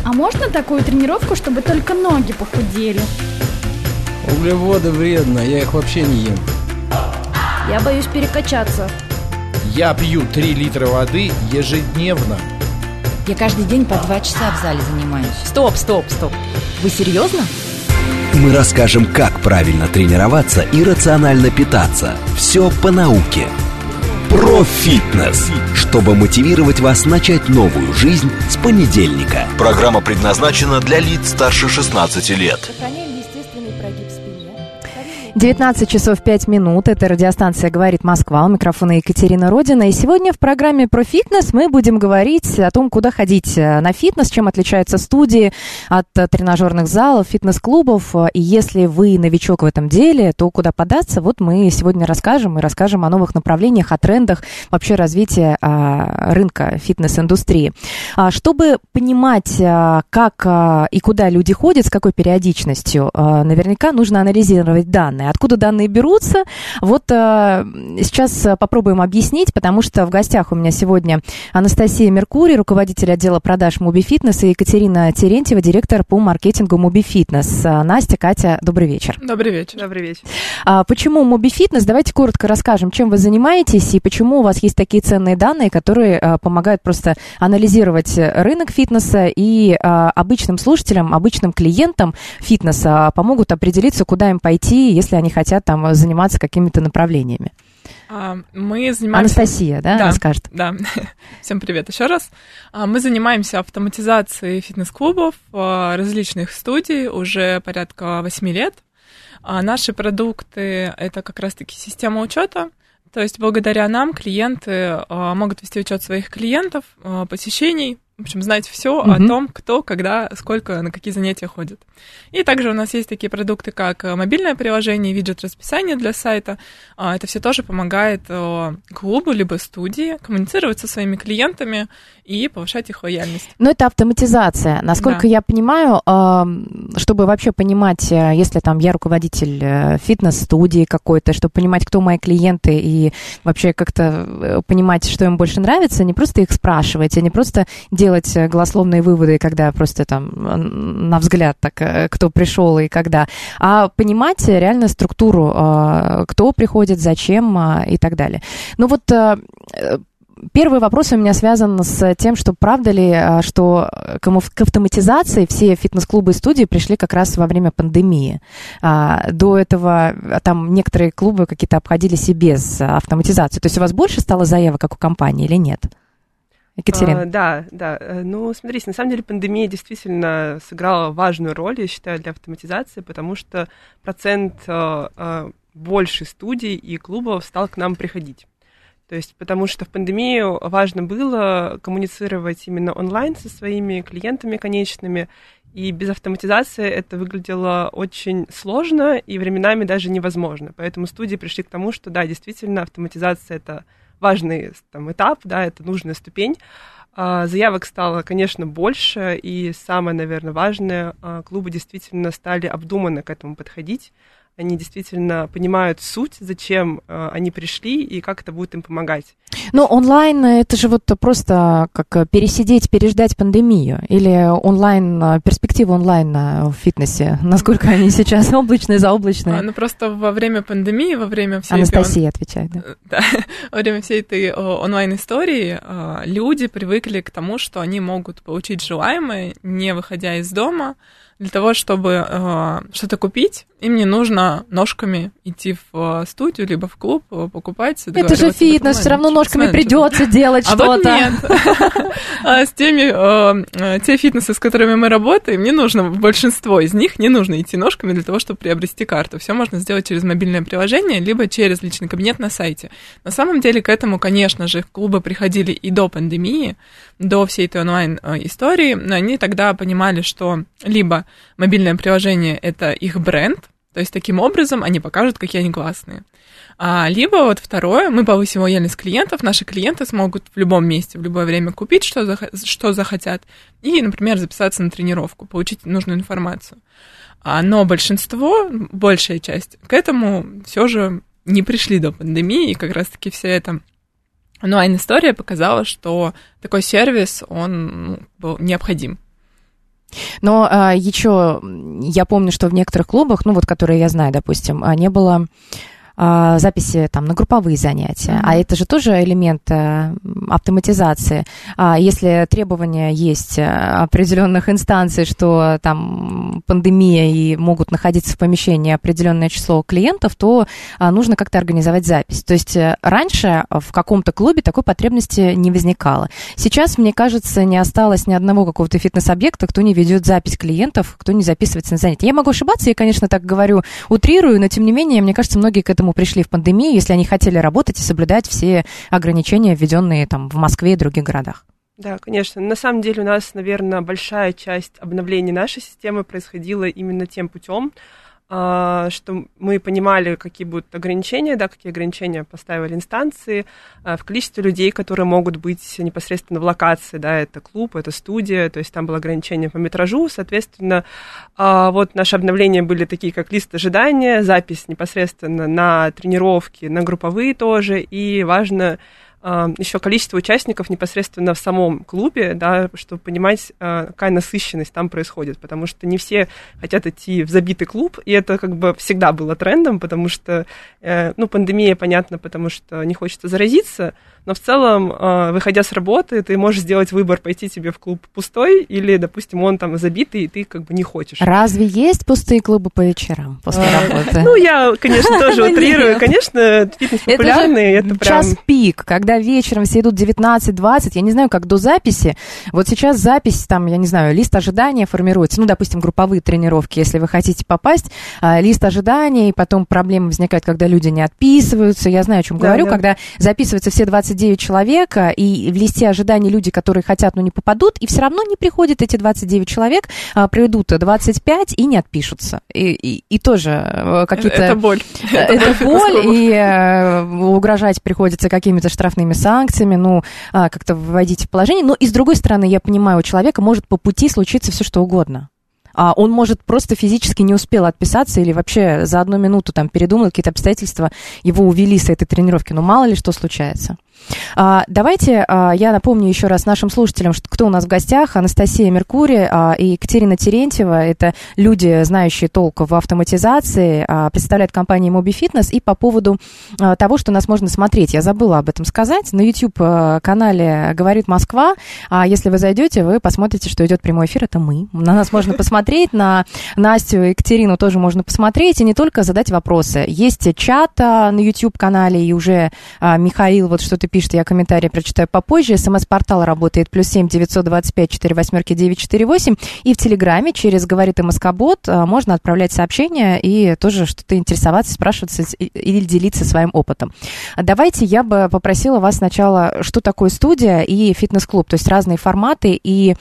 А можно такую тренировку, чтобы только ноги похудели? Углеводы вредно, я их вообще не ем. Я боюсь перекачаться. Я пью 3 литра воды ежедневно. Я каждый день по 2 часа в зале занимаюсь. Стоп. Вы серьезно? Мы расскажем, как правильно тренироваться и рационально питаться. Все по науке. Про фитнес, чтобы мотивировать вас начать новую жизнь с понедельника. Программа предназначена для лиц старше 16 лет. 19 часов 5 минут. Это радиостанция «Говорит Москва». У микрофона Екатерина Родина. И сегодня в программе про фитнес мы будем говорить о том, куда ходить на фитнес, чем отличаются студии от тренажерных залов, фитнес-клубов. И если вы новичок в этом деле, то куда податься? Вот мы сегодня расскажем о новых направлениях, о трендах, вообще развития рынка фитнес-индустрии. Чтобы понимать, как и куда люди ходят, с какой периодичностью, наверняка нужно анализировать данные. Откуда данные берутся? Вот сейчас попробуем объяснить, потому что в гостях у меня сегодня Анастасия Меркурий, руководитель отдела продаж Моби Фитнес, и Екатерина Терентьева, директор по маркетингу Моби Фитнес. Настя, Катя, добрый вечер. Добрый вечер. Добрый вечер. Почему Моби Фитнес? Давайте коротко расскажем, чем вы занимаетесь и почему у вас есть такие ценные данные, которые помогают просто анализировать рынок фитнеса и обычным слушателям, обычным клиентам фитнеса помогут определиться, куда им пойти, если они хотят там заниматься какими-то направлениями. Мы занимаемся... Анастасия, да, расскажет? Да. Всем привет еще раз. Мы занимаемся автоматизацией фитнес-клубов, различных студий уже порядка 8 лет. Наши продукты — это как раз-таки система учета. То есть благодаря нам клиенты могут вести учет своих клиентов, посещений, в общем, знать все о том, кто, когда, сколько, на какие занятия ходит. И также у нас есть такие продукты, как мобильное приложение, виджет расписания для сайта. Это все тоже помогает клубу либо студии коммуницировать со своими клиентами и повышать их лояльность. Но это автоматизация. Насколько я понимаю, чтобы вообще понимать, если там я руководитель фитнес-студии какой-то, чтобы понимать, кто мои клиенты и вообще как-то понимать, что им больше нравится, не просто их спрашивать, а не просто делать голословные выводы, когда просто там на взгляд так, кто пришел и когда, а понимать реально структуру, кто приходит, зачем и так далее. Ну вот первый вопрос у меня связан с тем, что правда ли, что к автоматизации все фитнес-клубы и студии пришли как раз во время пандемии. До этого там некоторые клубы какие-то обходились и без автоматизации. То есть у вас больше стало заявок, как у компании, или нет? Екатерина. Да. Ну, смотрите, на самом деле пандемия действительно сыграла важную роль, я считаю, для автоматизации, потому что процент больше студий и клубов стал к нам приходить. То есть, потому что в пандемию важно было коммуницировать именно онлайн со своими клиентами конечными, и без автоматизации это выглядело очень сложно и временами даже невозможно. Поэтому студии пришли к тому, что да, действительно, автоматизация — это важный там этап, да, это нужная ступень. Заявок стало, конечно, больше, и самое, наверное, важное, клубы действительно стали обдуманно к этому подходить. Они действительно понимают суть, зачем они пришли и как это будет им помогать. Ну, онлайн, это же вот просто как пересидеть, переждать пандемию. Или онлайн, перспективы онлайн в фитнесе, насколько они сейчас облачные, заоблачные? Ну, просто во время пандемии, во время всей Анастасия отвечает, да. Да. Во время всей этой онлайн-истории люди привыкли к тому, что они могут получить желаемое, не выходя из дома. Для того, чтобы что-то купить, им не нужно ножками идти в студию, либо в клуб, покупать. Это же фитнес, все равно ножками придется делать что-то. Вот нет. Те фитнесы, с которыми мы работаем, не нужно, большинство из них не нужно идти ножками для того, чтобы приобрести карту. Все можно сделать через мобильное приложение, либо через личный кабинет на сайте. На самом деле к этому, конечно же, клубы приходили и до пандемии, до всей этой онлайн-истории. Но они тогда понимали, что либо мобильное приложение — это их бренд, то есть таким образом они покажут, какие они классные. Либо вот второе, мы повысим лояльность клиентов, наши клиенты смогут в любом месте, в любое время купить, что захотят, и, например, записаться на тренировку, получить нужную информацию. Но большинство, большая часть, к этому все же не пришли до пандемии, и как раз-таки вся эта онлайн-история показала, что такой сервис, он был необходим. Но еще я помню, что в некоторых клубах, ну вот которые я знаю, допустим, не было записи там на групповые занятия, а это же тоже элемент автоматизации. Если требования есть определенных инстанций, что там пандемия и могут находиться в помещении определенное число клиентов, то нужно как-то организовать запись. То есть раньше в каком-то клубе такой потребности не возникало. Сейчас, мне кажется, не осталось ни одного какого-то фитнес-объекта, кто не ведет запись клиентов, кто не записывается на занятия. Я могу ошибаться, я, конечно, так говорю, утрирую, но тем не менее, мне кажется, многие к этому пришли в пандемию, если они хотели работать и соблюдать все ограничения, введенные там в Москве и других городах. Да, конечно. На самом деле у нас, наверное, большая часть обновления нашей системы происходила именно тем путем, что мы понимали, какие будут ограничения, да, какие ограничения поставили инстанции в количестве людей, которые могут быть непосредственно в локации, да, это клуб, это студия, то есть там было ограничение по метражу, соответственно, вот наши обновления были такие, как лист ожидания, запись непосредственно на тренировки, на групповые тоже, и важно еще количество участников непосредственно в самом клубе, да, чтобы понимать, какая насыщенность там происходит, потому что не все хотят идти в забитый клуб, и это как бы всегда было трендом, потому что, ну, пандемия, понятно, потому что не хочется заразиться, но в целом, выходя с работы, ты можешь сделать выбор, пойти тебе в клуб пустой, или, допустим, он там забитый, и ты как бы не хочешь. Разве есть пустые клубы по вечерам после работы? Ну, я, конечно, тоже утрирую. Конечно, фитнес популярный, это прям... Час пик, когда вечером все идут 19-20, я не знаю, как до записи. Вот сейчас запись, там, я не знаю, лист ожидания формируется, ну, допустим, групповые тренировки, если вы хотите попасть, лист ожидания, и потом проблемы возникают, когда люди не отписываются. Я знаю, о чем говорю, когда записываются все 29 человек, и в листе ожиданий люди, которые хотят, но не попадут, и все равно не приходят эти 29 человек, приведут 25 и не отпишутся. И тоже какие-то... Это боль. Это боль, и угрожать приходится какими-то штрафными санкциями, ну, как-то вводить в положение. Но и с другой стороны, я понимаю, у человека может по пути случиться все что угодно. Он может просто физически не успел отписаться или вообще за 1 минуту там передумал, какие-то обстоятельства его увели с этой тренировки. Но мало ли что случается. Давайте я напомню еще раз нашим слушателям, что кто у нас в гостях. Анастасия Меркурий и Екатерина Терентьева. Это люди, знающие толк в автоматизации, представляют компанию Mobi Fitness. И по поводу того, что нас можно смотреть, я забыла об этом сказать. На YouTube-канале «Говорит Москва». Если вы зайдете, вы посмотрите, что идет прямой эфир. Это мы. На нас можно посмотреть, на Настю и Екатерину тоже можно посмотреть. И не только задать вопросы. Есть чат на YouTube-канале, и уже Михаил вот что-то пишет, я комментарий прочитаю попозже. СМС-портал работает +7 925 48 948. И в Телеграме через «Говорит МСК-бот» можно отправлять сообщения и тоже что-то интересоваться, спрашивать или делиться своим опытом. Давайте я бы попросила вас сначала, что такое студия и фитнес-клуб, то есть разные форматы. И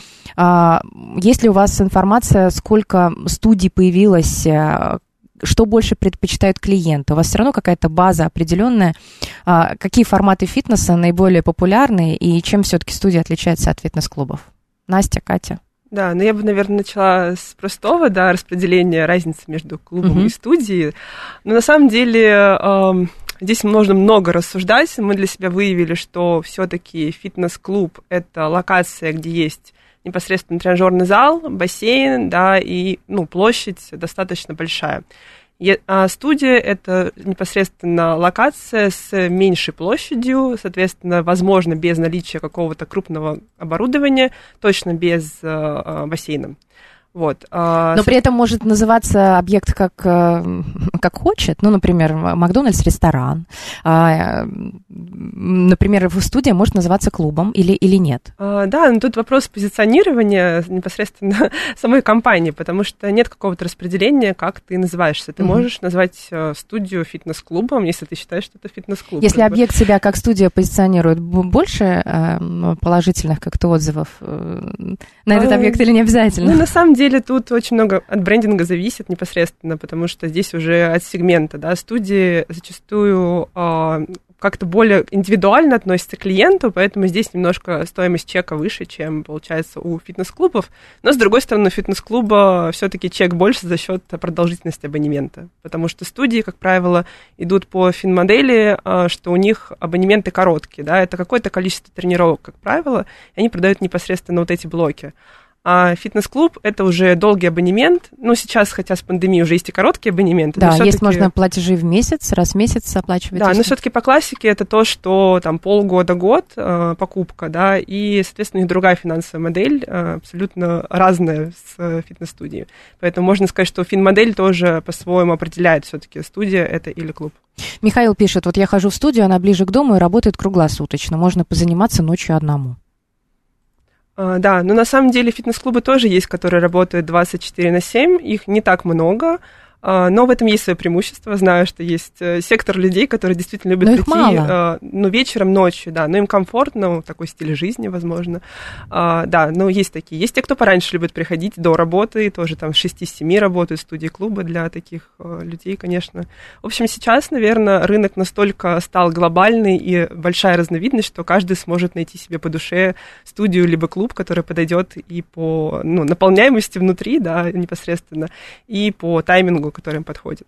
есть ли у вас информация, сколько студий появилось, что больше предпочитают клиенты? У вас все равно какая-то база определенная. Какие форматы фитнеса наиболее популярны и чем все-таки студия отличается от фитнес-клубов? Настя, Катя? Да, но я бы, наверное, начала с простого, да, распределения разницы между клубом и студией. Но на самом деле здесь можно много рассуждать. Мы для себя выявили, что все-таки фитнес-клуб – это локация, где есть непосредственно тренажерный зал, бассейн, да, и, ну, площадь достаточно большая. А студия – это непосредственно локация с меньшей площадью, соответственно, возможно, без наличия какого-то крупного оборудования, точно без бассейна. Вот. Но при этом может называться объект как хочет. Ну, например, Макдональдс ресторан. Например, студия может называться клубом или нет? Да, но тут вопрос позиционирования непосредственно самой компании, потому что нет какого-то распределения, как ты называешься. Ты можешь назвать студию фитнес-клубом, если ты считаешь, что это фитнес-клуб. Если объект себя как студия позиционирует, больше положительных как-то отзывов на этот объект или не обязательно? Ну, на самом деле, тут очень много от брендинга зависит непосредственно, потому что здесь уже от сегмента, да, студии зачастую как-то более индивидуально относятся к клиенту, поэтому здесь немножко стоимость чека выше, чем получается у фитнес-клубов. Но, с другой стороны, у фитнес-клуба все-таки чек больше за счет продолжительности абонемента, потому что студии, как правило, идут по финмодели, что у них абонементы короткие, да, это какое-то количество тренировок, как правило, и они продают непосредственно вот эти блоки. А фитнес-клуб – это уже долгий абонемент. Ну, сейчас, хотя с пандемией уже есть и короткие абонементы. Да, есть, можно платежи в месяц, раз в месяц оплачивать. Да, но все-таки по классике это то, что там полгода-год покупка, да, и, соответственно, у них другая финансовая модель, абсолютно разная с фитнес-студией. Поэтому можно сказать, что фин-модель тоже по-своему определяет все-таки, студия это или клуб. Михаил пишет, вот я хожу в студию, она ближе к дому и работает круглосуточно. Можно позаниматься ночью одному. Да, но на самом деле фитнес-клубы тоже есть, которые работают 24/7, их не так много, но в этом есть свое преимущество. Знаю, что есть сектор людей, которые действительно любят прийти вечером, ночью, да, но им комфортно, такой стиль жизни, возможно. Да, но есть такие. Есть те, кто пораньше любит приходить до работы, тоже там с 6-7 работают студии клуба для таких людей, конечно. В общем, сейчас, наверное, рынок настолько стал глобальный и большая разновидность, что каждый сможет найти себе по душе студию либо клуб, который подойдет и по наполняемости внутри, да, непосредственно, и по таймингу, который им подходит.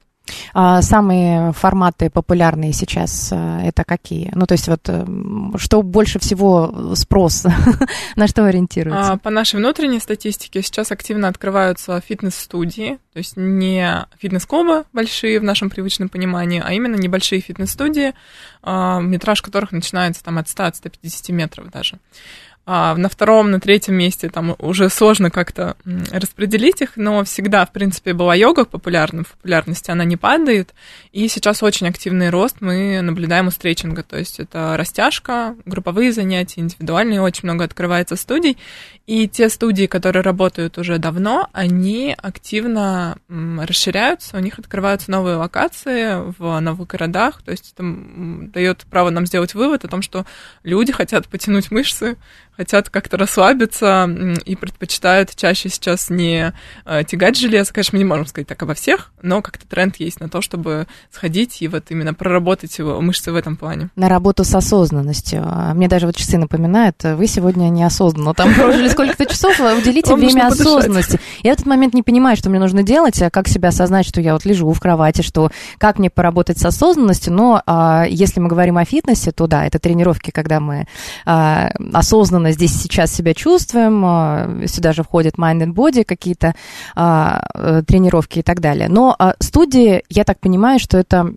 Самые форматы популярные сейчас это какие? Ну, то есть вот что больше всего спрос, на что ориентируется? По нашей внутренней статистике сейчас активно открываются фитнес-студии, то есть не фитнес-клубы большие в нашем привычном понимании, а именно небольшие фитнес-студии, метраж которых начинается там от 100-150 метров даже. На втором, на третьем месте там уже сложно как-то распределить их, но всегда, в принципе, была йога популярна, в популярности она не падает, и сейчас очень активный рост мы наблюдаем у стретчинга, то есть это растяжка, групповые занятия, индивидуальные, очень много открывается студий, и те студии, которые работают уже давно, они активно расширяются, у них открываются новые локации в новых городах, то есть это дает право нам сделать вывод о том, что люди хотят потянуть мышцы, хотят как-то расслабиться и предпочитают чаще сейчас не тягать железо. Конечно, мы не можем сказать так обо всех, но как-то тренд есть на то, чтобы сходить и вот именно проработать мышцы в этом плане. На работу с осознанностью. Мне даже вот часы напоминают, вы сегодня неосознанно там прожили сколько-то часов, уделите время осознанности. Я в этот момент не понимаю, что мне нужно делать, как себя осознать, что я вот лежу в кровати, что как мне поработать с осознанностью, но если мы говорим о фитнесе, то да, это тренировки, когда мы осознанно здесь сейчас себя чувствуем, сюда же входят mind and body, какие-то тренировки и так далее. Но студии, я так понимаю, что это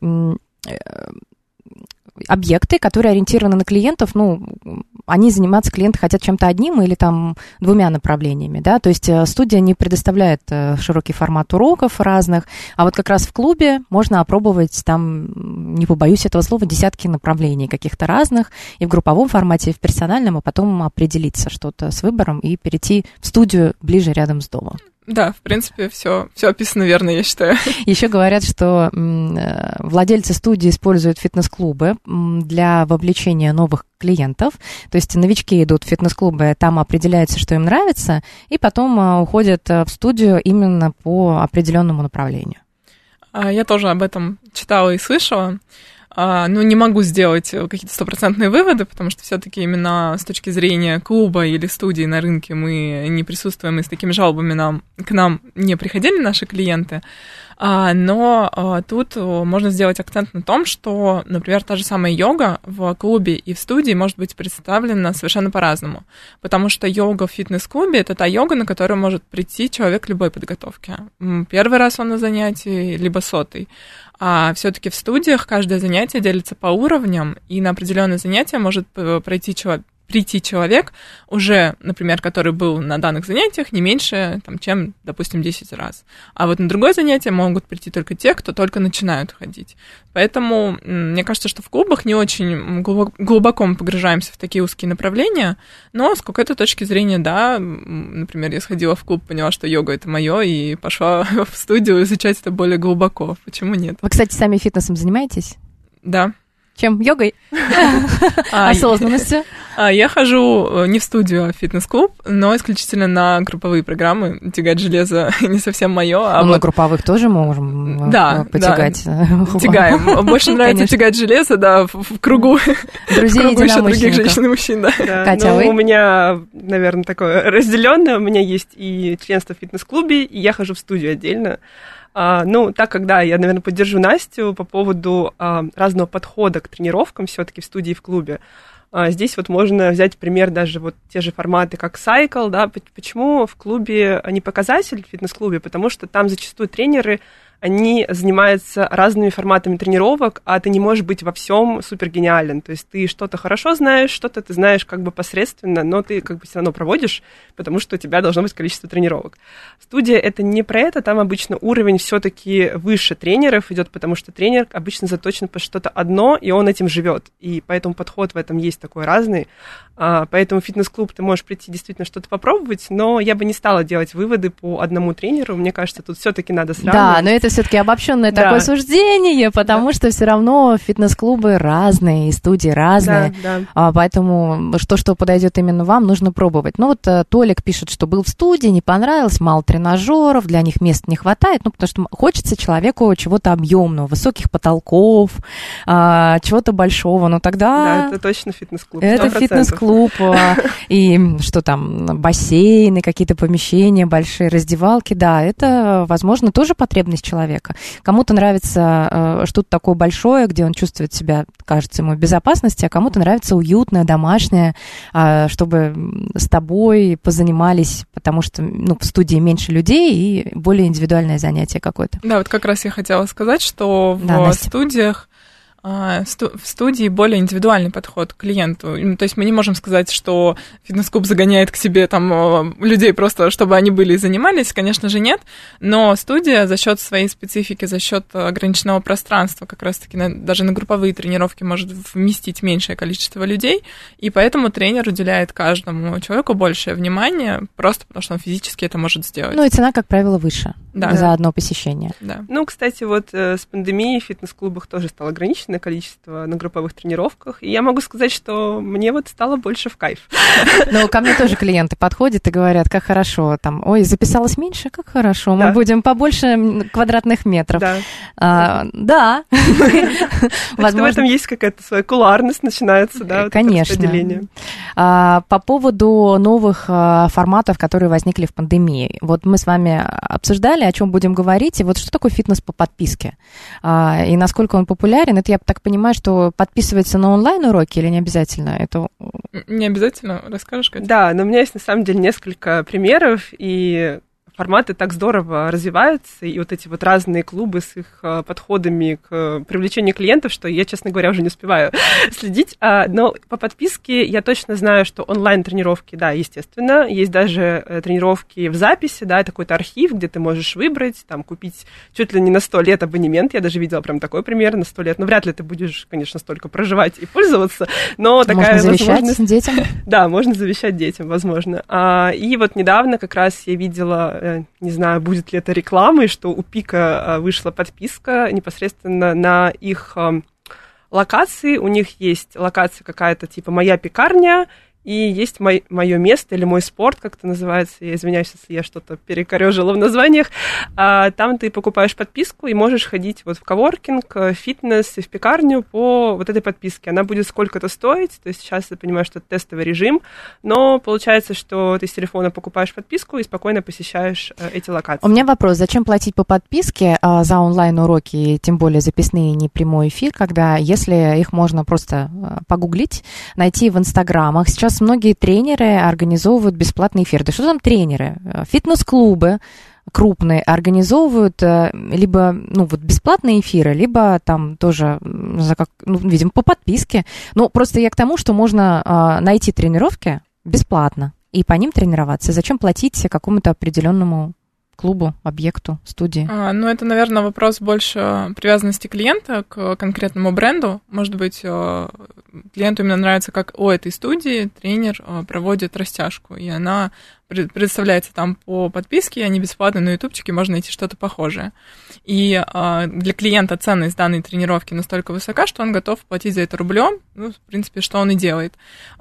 объекты, которые ориентированы на клиентов, ну, они заниматься клиенты хотят чем-то одним или там двумя направлениями, да, то есть студия не предоставляет широкий формат уроков разных, а вот как раз в клубе можно опробовать там, не побоюсь этого слова, десятки направлений каких-то разных, и в групповом формате, и в персональном, а потом определиться что-то с выбором и перейти в студию ближе рядом с домом. Да, в принципе, все описано верно, я считаю. Еще говорят, что владельцы студии используют фитнес-клубы для вовлечения новых клиентов. То есть новички идут в фитнес-клубы, там определяется, что им нравится, и потом уходят в студию именно по определенному направлению. Я тоже об этом читала и слышала. Ну, не могу сделать какие-то стопроцентные выводы, потому что все-таки именно с точки зрения клуба или студии на рынке мы не присутствуем, и с такими жалобами к нам не приходили наши клиенты. Но тут можно сделать акцент на том, что, например, та же самая йога в клубе и в студии может быть представлена совершенно по-разному. Потому что йога в фитнес-клубе – это та йога, на которую может прийти человек любой подготовки. Первый раз он на занятии, либо 100-й. А все-таки в студиях каждое занятие делится по уровням, и на определенное занятие может прийти человек уже, например, который был на данных занятиях не меньше, чем, допустим, 10 раз. А вот на другое занятие могут прийти только те, кто только начинают ходить. Поэтому мне кажется, что в клубах не очень глубоко мы погружаемся в такие узкие направления, но с какой-то точки зрения, да, например, я сходила в клуб, поняла, что йога — это мое, и пошла в студию изучать это более глубоко. Почему нет? Вы, кстати, сами фитнесом занимаетесь? Да. Чем? Йогой? Осознанностью? Я хожу не в студию, а в фитнес-клуб, но исключительно на групповые программы. Тягать железо не совсем мое. На групповых тоже можем потягать. Тягаем. Больше нравится тягать железо, да, в кругу. Друзей еще других женщин и мужчин, да. Катя, вы? У меня, наверное, такое разделенное. У меня есть и членство в фитнес-клубе, и я хожу в студию отдельно. Так как, да, я, наверное, поддержу Настю по поводу разного подхода к тренировкам все-таки в студии и в клубе. Здесь вот можно взять пример даже вот те же форматы, как Cycle, да, почему в клубе не показатель, в фитнес-клубе, потому что там зачастую тренеры, они занимаются разными форматами тренировок, а ты не можешь быть во всем супер гениален. То есть ты что-то хорошо знаешь, что-то ты знаешь как бы посредственно, но ты как бы все равно проводишь, потому что у тебя должно быть количество тренировок. Студия — это не про это, там обычно уровень все-таки выше тренеров идет, потому что тренер обычно заточен по что-то одно, и он этим живет. И поэтому подход в этом есть такой разный. Поэтому в фитнес-клуб ты можешь прийти действительно что-то попробовать, но я бы не стала делать выводы по одному тренеру. Мне кажется, тут все-таки надо сравнивать. Да, но это все-таки обобщенное такое суждение, потому что все равно фитнес-клубы разные, и студии разные. Поэтому что подойдет именно вам, нужно пробовать. Ну вот Толик пишет, что был в студии, не понравилось, мало тренажеров, для них мест не хватает, ну потому что хочется человеку чего-то объемного, высоких потолков, чего-то большого, но тогда... Да, это точно фитнес-клуб. 100%. Это фитнес-клуб, и что там, бассейны, какие-то помещения большие, раздевалки, да, это, возможно, тоже потребность человека. Кому-то нравится что-то такое большое, где он чувствует себя, кажется ему, в безопасности, а кому-то нравится уютное, домашнее, чтобы с тобой позанимались, потому что в студии меньше людей и более индивидуальное занятие какое-то. Да, вот как раз я хотела сказать, что в студиях в студии более индивидуальный подход к клиенту. То есть мы не можем сказать, что фитнес-клуб загоняет к себе там людей просто, чтобы они были и занимались. Конечно же, нет. Но студия за счет своей специфики, за счет ограниченного пространства, как раз-таки даже на групповые тренировки может вместить меньшее количество людей. И поэтому тренер уделяет каждому человеку большее внимание, просто потому что он физически это может сделать. Ну и цена, как правило, выше за одно посещение. Да. Ну, кстати, вот с пандемией в фитнес-клубах тоже стало ограничено количество на групповых тренировках. И я могу сказать, что мне вот стало больше в кайф. Ну, ко мне тоже клиенты подходят и говорят, как хорошо, там, ой, записалось меньше, как хорошо, мы будем побольше квадратных метров. Да. Возможно, в этом есть какая-то своя кулуарность, начинается, да, конечно. По поводу новых форматов, которые возникли в пандемии. Вот мы с вами обсуждали, о чем будем говорить, и вот что такое фитнес по подписке, и насколько он популярен. Это я так понимаю, что подписываться на онлайн-уроки или не обязательно? Это... Не обязательно, расскажешь, Катя? Да, но у меня есть на самом деле несколько примеров, и форматы так здорово развиваются, и вот эти вот разные клубы с их подходами к привлечению клиентов, что я, честно говоря, уже не успеваю следить. Но по подписке я точно знаю, что онлайн-тренировки, да, естественно, есть даже тренировки в записи, да, это какой-то архив, где ты можешь выбрать, там, купить чуть ли не на 100 лет абонемент, я даже видела прям такой пример, на 100 лет, но вряд ли ты будешь, конечно, столько проживать и пользоваться, но такая возможность... Можно завещать детям? Да, можно завещать детям, возможно. И вот недавно как раз я видела... Не знаю, будет ли это рекламой, что у Пика вышла подписка непосредственно на их локации. У них есть локация какая-то типа «Моя пекарня», и есть мое место или мой спорт, как это называется. Я извиняюсь, если я что-то перекорёжила в названиях. Там ты покупаешь подписку и можешь ходить вот в коворкинг, в фитнес и в пекарню по вот этой подписке. Она будет сколько-то стоить. То есть сейчас я понимаю, что это тестовый режим. Но получается, что ты с телефона покупаешь подписку и спокойно посещаешь эти локации. У меня вопрос. Зачем платить по подписке за онлайн-уроки, тем более записные, не прямой эфир, когда если их можно просто погуглить, найти в инстаграмах. Сейчас многие тренеры организовывают бесплатные эфиры. Да что там тренеры? Фитнес-клубы крупные организовывают либо бесплатные эфиры, либо там тоже, видимо, по подписке. Ну, просто я к тому, что можно найти тренировки бесплатно и по ним тренироваться. Зачем платить какому-то определенному клубу, объекту, студии? Это, наверное, вопрос больше привязанности клиента к конкретному бренду. Может быть, клиенту именно нравится, как у этой студии тренер проводит растяжку, и она предоставляется там по подписке, они бесплатно на ютубчике, можно найти что-то похожее. И для клиента ценность данной тренировки настолько высока, что он готов платить за это рублем, в принципе, что он и делает.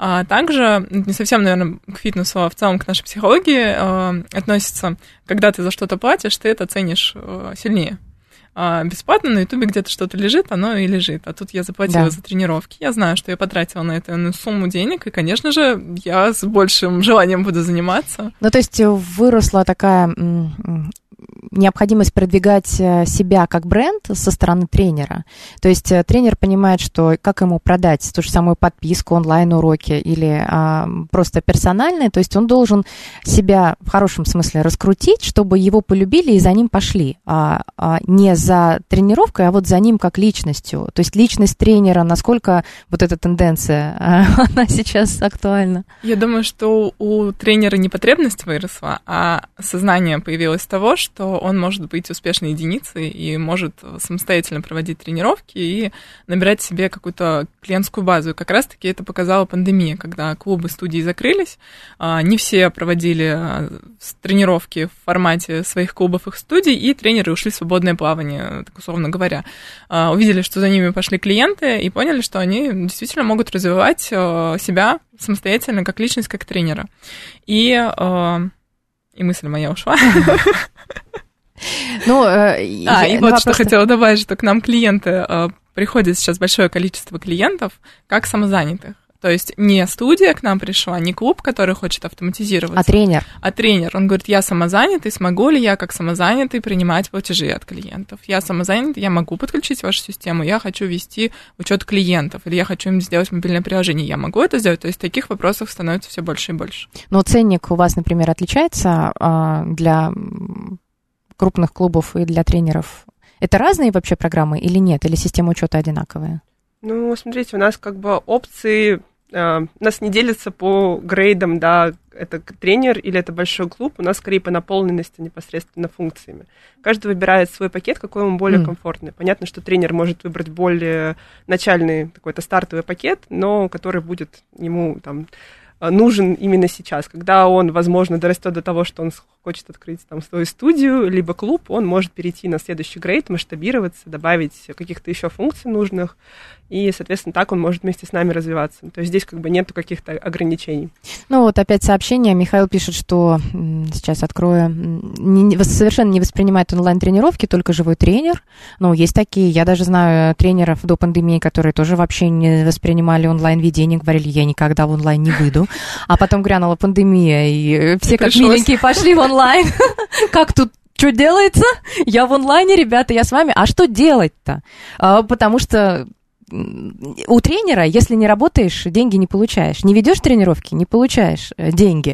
Также не совсем, наверное, к фитнесу, а в целом к нашей психологии относится, когда ты за что-то платишь, ты это ценишь сильнее. Бесплатно на ютубе где-то что-то лежит, оно и лежит. А тут я заплатила за тренировки. Я знаю, что я потратила на это сумму денег, и, конечно же, я с большим желанием буду заниматься. Ну, то есть выросла такая необходимость продвигать себя как бренд со стороны тренера. То есть тренер понимает, что как ему продать ту же самую подписку, онлайн-уроки или просто персональные, то есть он должен себя в хорошем смысле раскрутить, чтобы его полюбили и за ним пошли. Не за тренировкой, а вот за ним как личностью. То есть личность тренера, насколько вот эта тенденция, она сейчас актуальна? Я думаю, что у тренера не потребность выросла, а сознание появилось того, что он может быть успешной единицей и может самостоятельно проводить тренировки и набирать себе какую-то клиентскую базу. И как раз-таки это показала пандемия, когда клубы, студии закрылись, не все проводили тренировки в формате своих клубов, их студий, и тренеры ушли в свободное плавание, так условно говоря. Увидели, что за ними пошли клиенты, и поняли, что они действительно могут развивать себя самостоятельно, как личность, как тренера. И мысль моя ушла. И вот что хотела добавить, что к нам клиенты, приходит сейчас большое количество клиентов, как самозанятых. То есть не студия к нам пришла, не клуб, который хочет автоматизироваться. А тренер. Он говорит, я самозанятый, смогу ли я как самозанятый принимать платежи от клиентов? Я самозанятый, я могу подключить вашу систему, я хочу вести учет клиентов, или я хочу им сделать мобильное приложение, я могу это сделать? То есть таких вопросов становится все больше и больше. Но ценник у вас, например, отличается для крупных клубов и для тренеров? Это разные вообще программы или нет? Или система учета одинаковая? Ну, смотрите, у нас как бы опции, у нас не делятся по грейдам, да, это тренер или это большой клуб, у нас скорее по наполненности непосредственно функциями. Каждый выбирает свой пакет, какой ему более комфортный. Понятно, что тренер может выбрать более начальный какой-то стартовый пакет, но который будет ему там нужен именно сейчас. Когда он, возможно, дорастет до того, что он хочет открыть там свою студию, либо клуб, он может перейти на следующий грейд, масштабироваться, добавить каких-то еще функций нужных, и, соответственно, так он может вместе с нами развиваться. То есть здесь как бы нету каких-то ограничений. Ну вот опять сообщение. Михаил пишет, что, сейчас открою, совершенно не воспринимает онлайн-тренировки, только живой тренер. Ну, есть такие. Я даже знаю тренеров до пандемии, которые тоже вообще не воспринимали онлайн-ведение, говорили, я никогда в онлайн не выйду. А потом грянула пандемия, и все как миленькие пошли в онлайн. Как тут? Что делается? Я в онлайне, ребята, я с вами. А что делать-то? Потому что у тренера, если не работаешь, деньги не получаешь. Не ведешь тренировки, не получаешь деньги.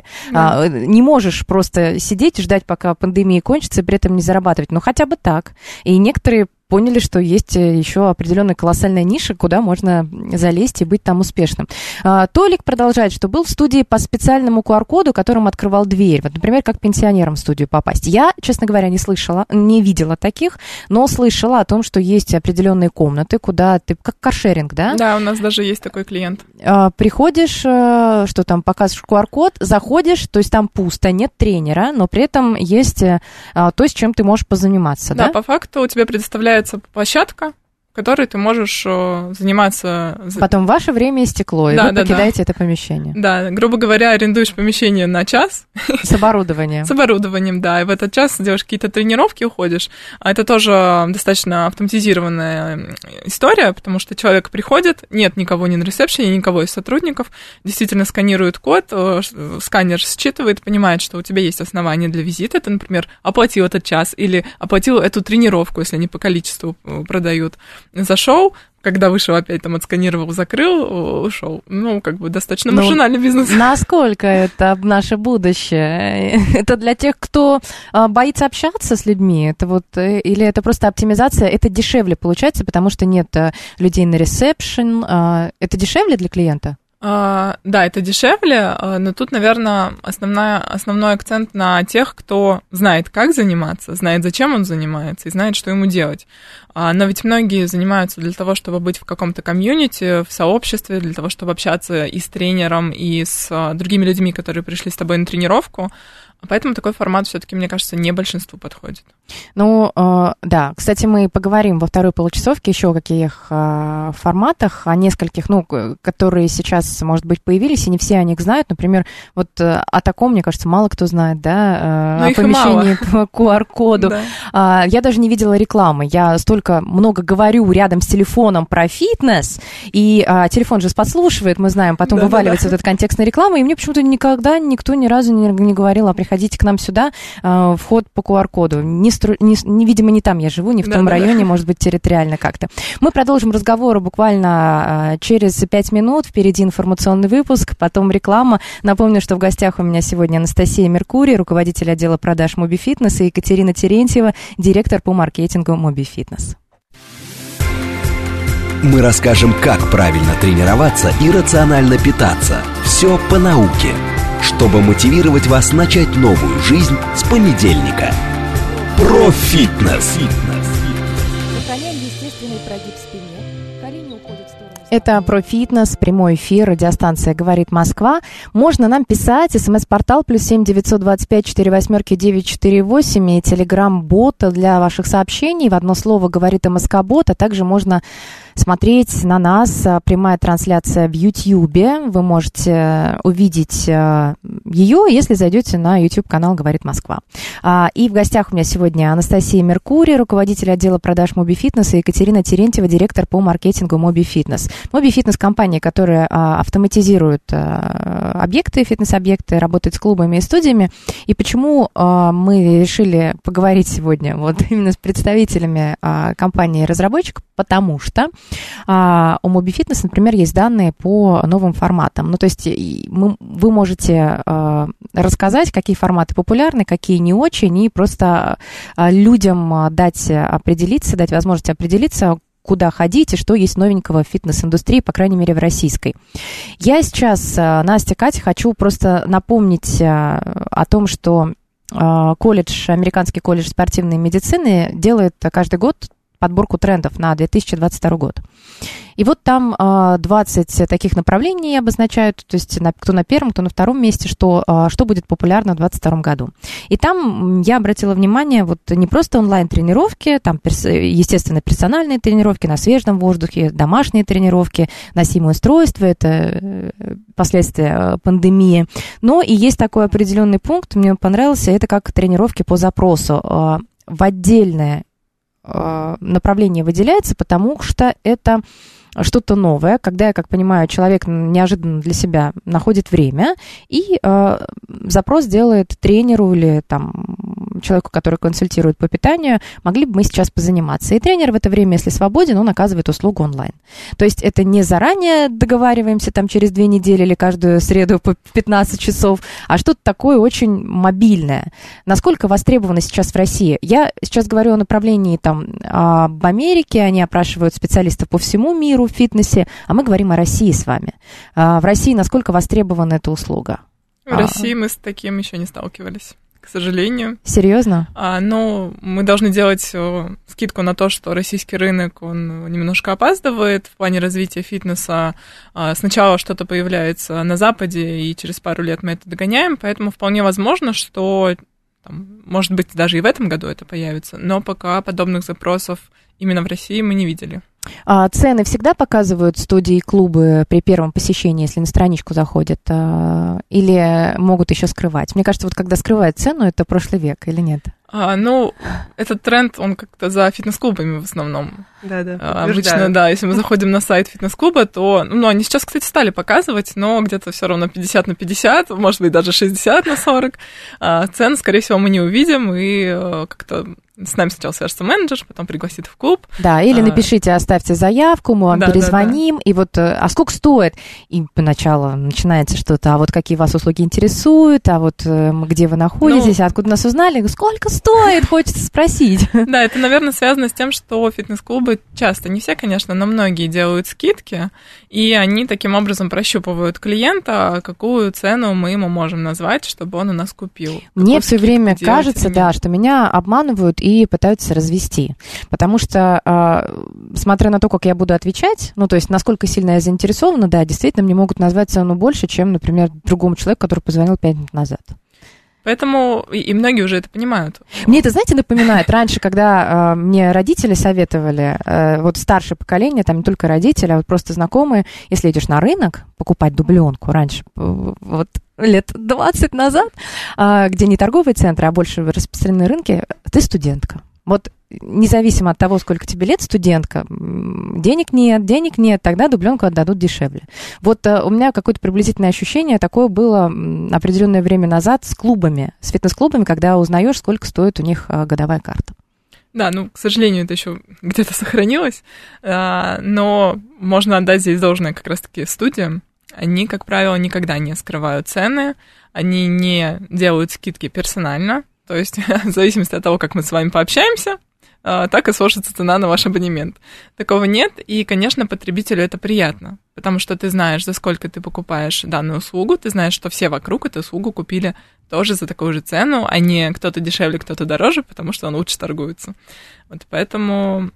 Не можешь просто сидеть и ждать, пока пандемия кончится, и при этом не зарабатывать. Ну, хотя бы так. И некоторые поняли, что есть еще определенная колоссальная ниша, куда можно залезть и быть там успешным. Толик продолжает, что был в студии по специальному QR-коду, которым открывал дверь. Вот, например, как пенсионерам в студию попасть. Я, честно говоря, не слышала, не видела таких, но слышала о том, что есть определенные комнаты, куда ты, как каршеринг, да? Да, у нас даже есть такой клиент. Приходишь, что там, показываешь QR-код, заходишь, то есть там пусто, нет тренера, но при этом есть то, с чем ты можешь позаниматься, да? Да, по факту у тебя предоставляется площадка, в которой ты можешь заниматься... Потом ваше время истекло, и вы покидаете это помещение. Да, грубо говоря, арендуешь помещение на час. С оборудованием. С оборудованием, да, и в этот час делаешь какие-то тренировки, уходишь. А это тоже достаточно автоматизированная история, потому что человек приходит, нет никого ни на ресепшене, никого из сотрудников, действительно сканирует код, сканер считывает, понимает, что у тебя есть основания для визита, ты, например, оплатил этот час или оплатил эту тренировку, если они по количеству продают. Зашел, когда вышел, опять там отсканировал, закрыл, ушел. Ну, как бы достаточно маржинальный бизнес. Насколько это наше будущее? Это для тех, кто боится общаться с людьми? Это вот, или это просто оптимизация? Это дешевле получается, потому что нет людей на ресепшн. Это дешевле для клиента? Да, это дешевле, но тут, наверное, основной акцент на тех, кто знает, как заниматься, знает, зачем он занимается и знает, что ему делать. Но ведь многие занимаются для того, чтобы быть в каком-то комьюнити, в сообществе, для того, чтобы общаться и с тренером, и с другими людьми, которые пришли с тобой на тренировку. Поэтому такой формат все-таки, мне кажется, не большинству подходит. Ну, да. Кстати, мы поговорим во второй получасовке еще о каких форматах, о нескольких, ну, которые сейчас, может быть, появились, и не все о них знают. Например, вот о таком, мне кажется, мало кто знает, да, о помещении по QR-коду. Да. Я даже не видела рекламы. Я столько много говорю рядом с телефоном про фитнес, и телефон же подслушивает, мы знаем, потом вываливается вот эта контекстная реклама, и мне почему-то никогда никто ни разу не говорил, приходите приходите к нам сюда, вход по QR-коду. Видимо, не там я живу, не в том районе, может быть, территориально как-то. Мы продолжим разговор буквально через 5 минут. Впереди информационный выпуск, потом реклама. Напомню, что в гостях у меня сегодня Анастасия Меркурий, руководитель отдела продаж Моби Фитнес, и Екатерина Терентьева, директор по маркетингу Моби Фитнес. Мы расскажем, как правильно тренироваться и рационально питаться. Все по науке, чтобы мотивировать вас начать новую жизнь с понедельника. Про фитнес. Сохраняем естественный прогиб спины. Колени уходят в сторону. Это про фитнес, прямой эфир, радиостанция «Говорит Москва». Можно нам писать, смс-портал +7 925 48 948 и телеграм-бот для ваших сообщений. В одно слово «Говорит МСК-бот», а также можно смотреть на нас. Прямая трансляция в Ютьюбе. Вы можете увидеть ее, если зайдете на YouTube-канал «Говорит Москва». И в гостях у меня сегодня Анастасия Меркурий, руководитель отдела продаж Моби Фитнес, и Екатерина Терентьева, директор по маркетингу Моби Фитнес. Моби Фитнес — компания, которая автоматизирует объекты, фитнес-объекты, работает с клубами и студиями. И почему мы решили поговорить сегодня вот именно с представителями компании-разработчиков? Потому что у Моби Фитнес, например, есть данные по новым форматам. Ну, то есть вы можете рассказать, какие форматы популярны, какие не очень, и просто людям дать возможность определиться, куда ходить и что есть новенького в фитнес-индустрии, по крайней мере, в российской. Я сейчас, Настя, Катя, хочу просто напомнить о том, что американский колледж спортивной медицины делает каждый год подборку трендов на 2022 год. И вот там 20 таких направлений обозначают, то есть кто на первом, кто на втором месте, что будет популярно в 2022 году. И там я обратила внимание, вот не просто онлайн-тренировки, там, естественно, персональные тренировки на свежем воздухе, домашние тренировки, носимые устройства, это последствия пандемии, но и есть такой определенный пункт, мне понравился, это как тренировки по запросу. В отдельное направление выделяется, потому что это что-то новое, когда, я как понимаю, человек неожиданно для себя находит время и запрос делает тренеру или там человеку, который консультирует по питанию, могли бы мы сейчас позаниматься. И тренер в это время, если свободен, он оказывает услугу онлайн. То есть это не заранее договариваемся там через 2 недели или каждую среду по 15 часов, а что-то такое очень мобильное. Насколько востребовано сейчас в России? Я сейчас говорю о направлении там об Америке, они опрашивают специалистов по всему миру в фитнесе, а мы говорим о России с вами. В России насколько востребована эта услуга? В России мы с таким еще не сталкивались, к сожалению. Серьезно? Но мы должны делать скидку на то, что российский рынок, он немножко опаздывает в плане развития фитнеса. Сначала что-то появляется на Западе, и через пару лет мы это догоняем, поэтому вполне возможно, что, может быть, даже и в этом году это появится, но пока подобных запросов именно в России мы не видели. Цены всегда показывают студии и клубы при первом посещении, если на страничку заходят, или могут еще скрывать? Мне кажется, вот когда скрывают цену, это прошлый век, или нет? Этот тренд, он как-то за фитнес-клубами в основном. Да. Обычно, да, если мы заходим на сайт фитнес-клуба, то, они сейчас, кстати, стали показывать, но где-то все равно 50 на 50, может быть, даже 60 на 40. Цен, скорее всего, мы не увидим, и как-то с нами сначала свяжется менеджер, потом пригласит в клуб. Да, или напишите, оставьте заявку, мы вам перезвоним, и вот, а сколько стоит? И поначалу начинается что-то, а вот какие вас услуги интересуют, а вот где вы находитесь, откуда нас узнали, сколько стоит, хочется спросить. Да, это, наверное, связано с тем, что фитнес-клубы часто, не все, конечно, но многие делают скидки, и они таким образом прощупывают клиента, какую цену мы ему можем назвать, чтобы он у нас купил. Мне все время кажется, что меня обманывают и пытаются развести. Потому что, смотря на то, как я буду отвечать, то есть, насколько сильно я заинтересована, действительно, мне могут назвать цену больше, чем, например, другому человеку, который позвонил 5 минут назад. Поэтому и многие уже это понимают. Мне это, знаете, напоминает раньше, когда мне родители советовали, вот старшее поколение, там не только родители, а вот просто знакомые, если идешь на рынок покупать дубленку раньше, вот лет 20 назад, где не торговые центры, а больше распространенные рынки, ты студентка. Вот независимо от того, сколько тебе лет, студентка, денег нет, тогда дубленку отдадут дешевле. Вот у меня какое-то приблизительное ощущение такое было определенное время назад с клубами, с фитнес-клубами, когда узнаешь, сколько стоит у них годовая карта. Да, ну, к сожалению, это еще где-то сохранилось, но можно отдать здесь должное как раз-таки студиям. Они, как правило, никогда не скрывают цены, они не делают скидки персонально, то есть в зависимости от того, как мы с вами пообщаемся, так и сложится цена на ваш абонемент. Такого нет, и, конечно, потребителю это приятно, потому что ты знаешь, за сколько ты покупаешь данную услугу, ты знаешь, что все вокруг эту услугу купили тоже за такую же цену, а не кто-то дешевле, кто-то дороже, потому что он лучше торгуется. Вот поэтому,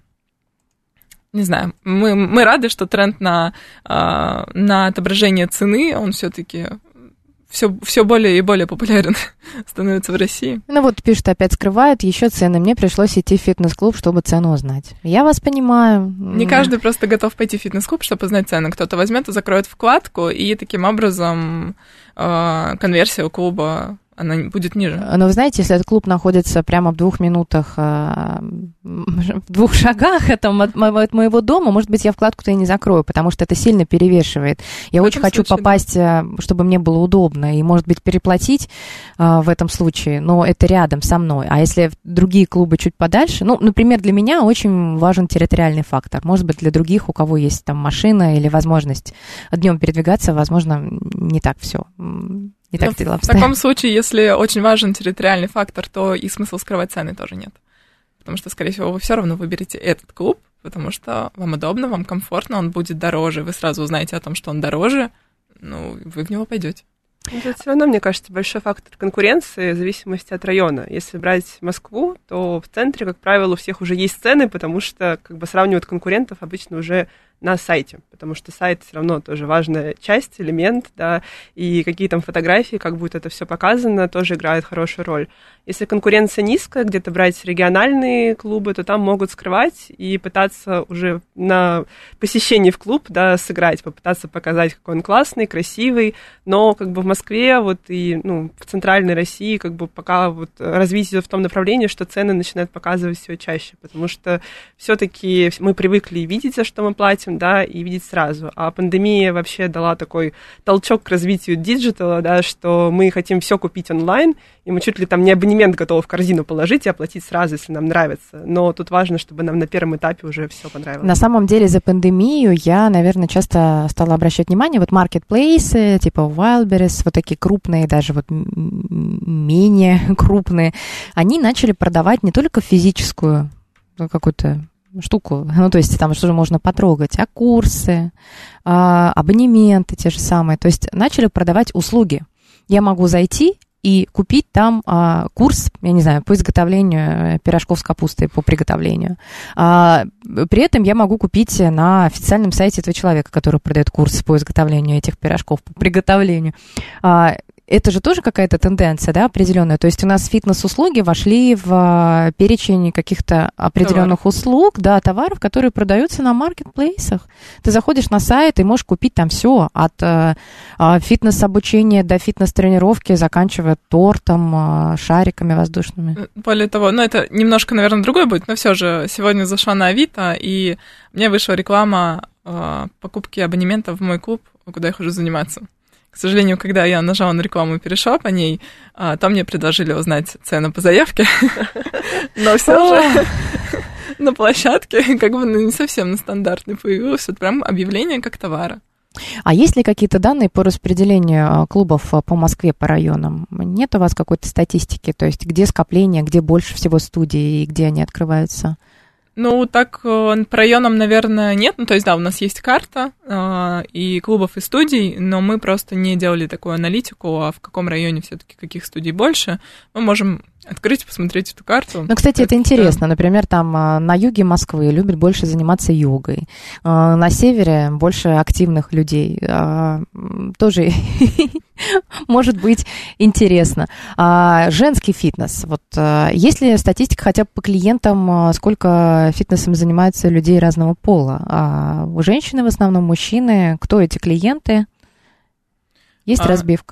не знаю, мы рады, что тренд на отображение цены, он все-таки все более и более популярен становится в России. Ну вот пишут, опять скрывают еще цены. Мне пришлось идти в фитнес-клуб, чтобы цену узнать. Я вас понимаю. Не каждый просто готов пойти в фитнес-клуб, чтобы узнать цены. Кто-то возьмет и закроет вкладку, и таким образом конверсия у клуба, она будет ниже. Но вы знаете, если этот клуб находится прямо в 2 минутах, в 2 шагах от моего дома, может быть, я вкладку-то и не закрою, потому что это сильно перевешивает. Я очень хочу попасть, чтобы мне было удобно, и, может быть, переплатить в этом случае, но это рядом со мной. А если другие клубы чуть подальше, ну, например, для меня очень важен территориальный фактор. Может быть, для других, у кого есть там машина или возможность днем передвигаться, возможно, не так все. Не так дела обстоят. В таком случае, если очень важен территориальный фактор, то и смысла скрывать цены тоже нет. Потому что, скорее всего, вы все равно выберете этот клуб, потому что вам удобно, вам комфортно, он будет дороже, вы сразу узнаете о том, что он дороже, ну, вы в него пойдете. Это все равно, мне кажется, большой фактор конкуренции в зависимости от района. Если брать Москву, то в центре, как правило, у всех уже есть цены, потому что как бы сравнивают конкурентов обычно уже на сайте, потому что сайт все равно тоже важная часть, элемент, да, и какие там фотографии, как будет это все показано, тоже играет хорошую роль. Если конкуренция низкая, где-то брать региональные клубы, то там могут скрывать и пытаться уже на посещении в клуб, да, сыграть, попытаться показать, какой он классный, красивый, но как бы в Москве вот и, ну, в центральной России как бы пока вот развитие идет в том направлении, что цены начинают показывать все чаще, потому что все-таки мы привыкли видеть, за что мы платим, да, и видеть сразу. А пандемия вообще дала такой толчок к развитию диджитала, да, что мы хотим все купить онлайн, и мы чуть ли там не абонемент готовы в корзину положить и оплатить сразу, если нам нравится. Но тут важно, чтобы нам на первом этапе уже все понравилось. На самом деле за пандемию я, наверное, часто стала обращать внимание, вот маркетплейсы, типа Wildberries, вот такие крупные, даже вот менее крупные, они начали продавать не только физическую какую-то штуку, ну, то есть там что же можно потрогать, а курсы, абонементы те же самые, то есть начали продавать услуги. Я могу зайти и купить там курс, я не знаю, по изготовлению пирожков с капустой, по приготовлению. При этом я могу купить на официальном сайте этого человека, который продает курс по изготовлению этих пирожков, по приготовлению. Это же тоже какая-то тенденция, да, определенная. То есть у нас фитнес-услуги вошли в перечень каких-то определенных услуг, да, товаров, которые продаются на маркетплейсах. Ты заходишь на сайт и можешь купить там все, от фитнес-обучения до фитнес-тренировки, заканчивая тортом, шариками воздушными. Более того, ну это немножко, наверное, другое будет, но все же сегодня зашла на Авито, и мне вышла реклама покупки абонемента в мой клуб, куда я хожу заниматься. К сожалению, когда я нажала на рекламу и перешла по ней, там мне предложили узнать цену по заявке, но все же на площадке как бы не совсем на стандартной появилось вот прям объявление как товара. А есть ли какие-то данные по распределению клубов по Москве, по районам? Нет у вас какой-то статистики? То есть где скопление, где больше всего студий и где они открываются? Ну, так по районам, наверное, нет. Ну, то есть, да, у нас есть карта и клубов, и студий, но мы просто не делали такую аналитику, а в каком районе все-таки каких студий больше. Мы можем открыть, посмотреть эту карту. Ну, кстати, это интересно. Например, там на юге Москвы любят больше заниматься йогой. На севере больше активных людей. Тоже может быть интересно. Женский фитнес. Вот есть ли статистика хотя бы по клиентам, сколько фитнесом занимаются людей разного пола? У женщины в основном, мужчины. Кто эти клиенты? Есть разбивка?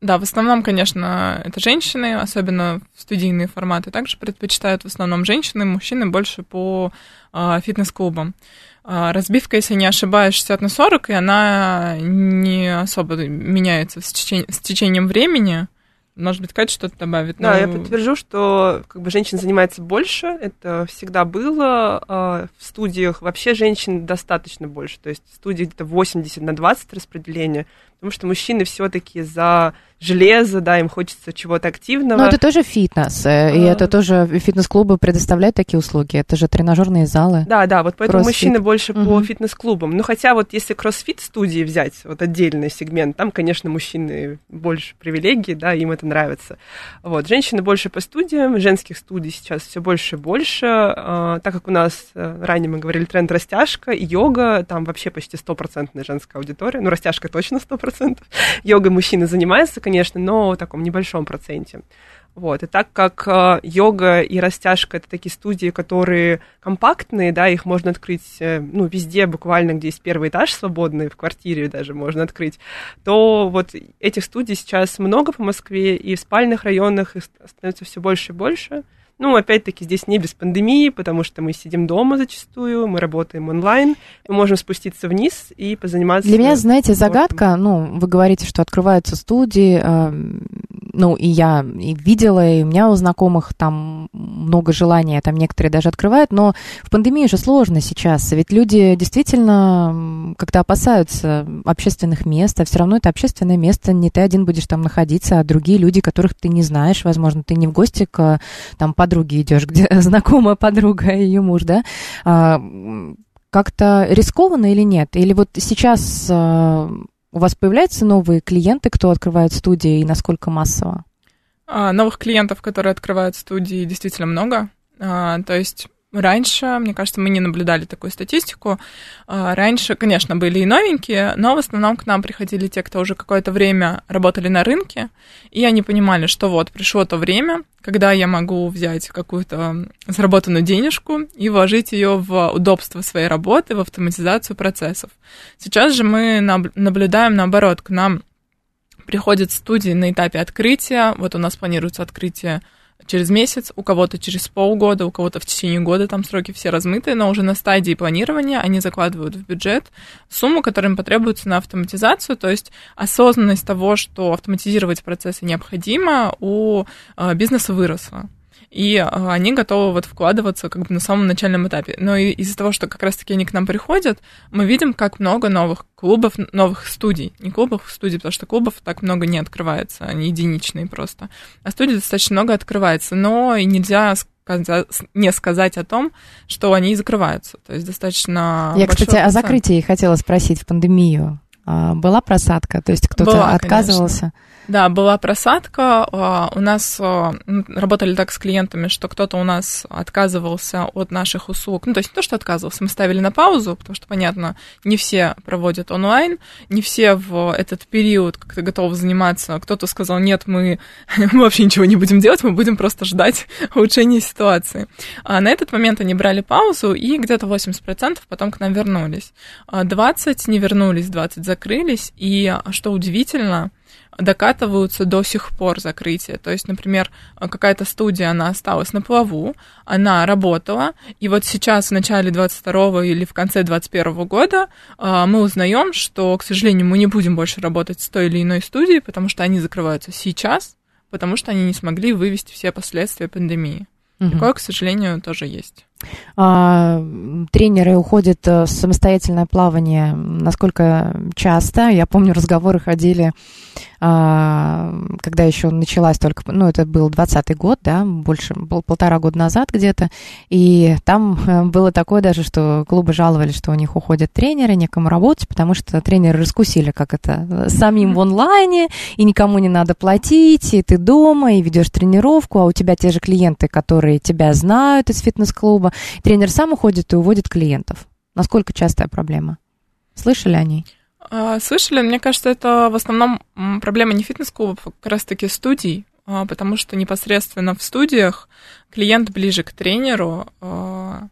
Да, в основном, конечно, это женщины, особенно в студийные форматы. Также предпочитают в основном женщины, мужчины больше по фитнес-клубам. Разбивка, если не ошибаюсь, 60/40, и она не особо меняется с течением времени. Может быть, Катя что-то добавит? Да, я подтвержу, что женщин занимается больше, это всегда было. В студиях вообще женщин достаточно больше, то есть в студии где-то 80/20 распределение, потому что мужчины все-таки за железо, да, им хочется чего-то активного. Но это тоже фитнес, и это тоже фитнес-клубы предоставляют такие услуги, это же тренажерные залы. Да, вот поэтому кроссфит. Мужчины больше по фитнес-клубам. Ну, хотя вот если кроссфит-студии взять, вот отдельный сегмент, там, конечно, мужчины больше привилегий, да, им это нравится. Вот, женщины больше по студиям, женских студий сейчас все больше и больше, так как у нас, ранее мы говорили, тренд растяжка и йога, там вообще почти 100% женская аудитория, ну, растяжка точно 100%, йогой мужчины занимаются, конечно, но в таком небольшом проценте. Вот. И так как йога и растяжка — это такие студии, которые компактные, да, их можно открыть, ну, везде, буквально, где есть первый этаж свободный, в квартире даже можно открыть, то вот этих студий сейчас много по Москве, и в спальных районах их становится все больше и больше. Ну, опять-таки, здесь не без пандемии, потому что мы сидим дома зачастую, мы работаем онлайн, мы можем спуститься вниз и позаниматься. Для меня, знаете, загадка, ну, вы говорите, что открываются студии, ну, и я и видела, и у меня у знакомых там много желания, там некоторые даже открывают, но в пандемии же сложно сейчас, ведь люди действительно как-то опасаются общественных мест, а все равно это общественное место, не ты один будешь там находиться, а другие люди, которых ты не знаешь, возможно, ты не в гости к там подруге идешь, где знакомая подруга и ее муж, да, как-то рискованно или нет? Или вот сейчас у вас появляются новые клиенты, кто открывает студии, и насколько массово? Новых клиентов, которые открывают студии, действительно много. То есть раньше, мне кажется, мы не наблюдали такую статистику. Раньше, конечно, были и новенькие, но в основном к нам приходили те, кто уже какое-то время работали на рынке, и они понимали, что вот пришло то время, когда я могу взять какую-то заработанную денежку и вложить ее в удобство своей работы, в автоматизацию процессов. Сейчас же мы наблюдаем наоборот, к нам приходят студии на этапе открытия, вот у нас планируется открытие через месяц, у кого-то через полгода, у кого-то в течение года, там сроки все размытые, но уже на стадии планирования они закладывают в бюджет сумму, которая им потребуется на автоматизацию, то есть осознанность того, что автоматизировать процессы необходимо, у бизнеса выросла. И они готовы вот вкладываться как бы на самом начальном этапе. Но и из-за того, что как раз-таки они к нам приходят, мы видим, как много новых клубов, новых студий. Не клубов, студий, потому что клубов так много не открывается, они единичные просто. А студий достаточно много открывается, но и нельзя не сказать о том, что они закрываются. То есть достаточно... Я, кстати, о закрытии хотела спросить в пандемию. Была просадка? То есть кто-то отказывался? Конечно. Да, была просадка. У нас работали так с клиентами, что кто-то у нас отказывался от наших услуг. Ну, то есть не то, что отказывался, мы ставили на паузу, потому что, понятно, не все проводят онлайн, не все в этот период как-то готовы заниматься. Кто-то сказал, нет, мы вообще ничего не будем делать, мы будем просто ждать улучшения ситуации. А на этот момент они брали паузу, и где-то 80% потом к нам вернулись. 20 не вернулись, 20 закрылись, и, что удивительно, докатываются до сих пор закрытия. То есть, например, какая-то студия, она осталась на плаву, она работала, и вот сейчас в начале 22-го или в конце 21-го года мы узнаем, что, к сожалению, мы не будем больше работать с той или иной студией, потому что они закрываются сейчас, потому что они не смогли вывести все последствия пандемии. Такое, к сожалению, тоже есть. Тренеры уходят в самостоятельное плавание насколько часто? Я помню, разговоры ходили, когда еще началась только, ну, это был 20-й год, да, больше, полтора года назад где-то, и там было такое даже, что клубы жаловались, что у них уходят тренеры, некому работать, потому что тренеры раскусили, как это, самим в онлайне, и никому не надо платить, и ты дома, и ведешь тренировку, а у тебя те же клиенты, которые тебя знают из фитнес-клуба, тренер сам уходит и уводит клиентов. Насколько частая проблема? Слышали о ней? Слышали. Мне кажется, это в основном проблема не фитнес-клубов, а как раз-таки студий, потому что непосредственно в студиях клиент ближе к тренеру,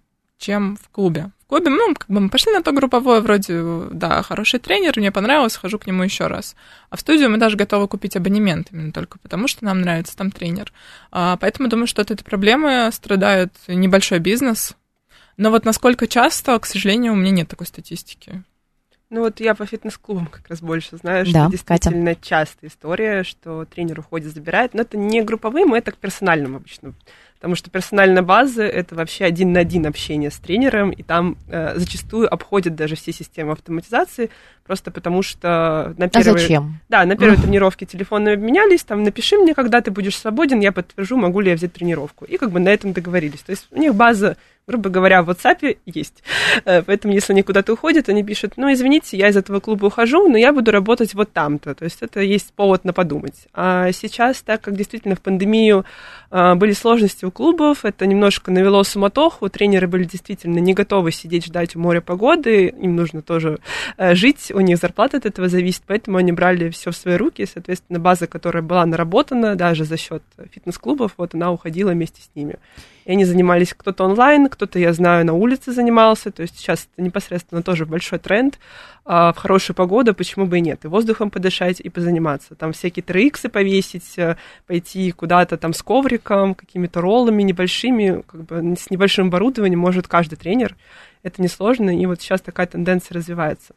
чем в клубе. В клубе, мы пошли на то групповое, вроде, да, хороший тренер, мне понравилось, хожу к нему еще раз. А в студию мы даже готовы купить абонемент, именно только потому, что нам нравится там тренер. Поэтому думаю, что от этой проблемы страдает небольшой бизнес. Но вот насколько часто, к сожалению, у меня нет такой статистики. Я по фитнес-клубам как раз больше знаю, да, что действительно частая история, что тренер уходит, забирает. Но это не групповым, это к персональным обычно. Потому что персональная база — это вообще 1 на 1 общение с тренером, и там зачастую обходят даже все системы автоматизации, просто потому что на первой... зачем? Да, на первой тренировке телефоны обменялись, там, напиши мне, когда ты будешь свободен, я подтвержу, могу ли я взять тренировку. И на этом договорились. То есть у них база, грубо говоря, в WhatsApp есть. Поэтому, если они куда-то уходят, они пишут, извините, я из этого клуба ухожу, но я буду работать вот там-то. То есть это есть повод на подумать. А сейчас, так как действительно в пандемию были сложности у клубов, это немножко навело суматоху, тренеры были действительно не готовы сидеть, ждать у моря погоды, им нужно тоже жить, у них зарплата от этого зависит, поэтому они брали все в свои руки, соответственно, база, которая была наработана даже за счет фитнес-клубов, она уходила вместе с ними. И они занимались кто-то онлайн, кто-то, я знаю, на улице занимался, то есть сейчас это непосредственно тоже большой тренд. В хорошую погоду почему бы и нет, и воздухом подышать, и позаниматься. Там всякие TRX повесить, пойти куда-то там с ковриком, какими-то роллами небольшими, с небольшим оборудованием может каждый тренер. Это несложно, и сейчас такая тенденция развивается.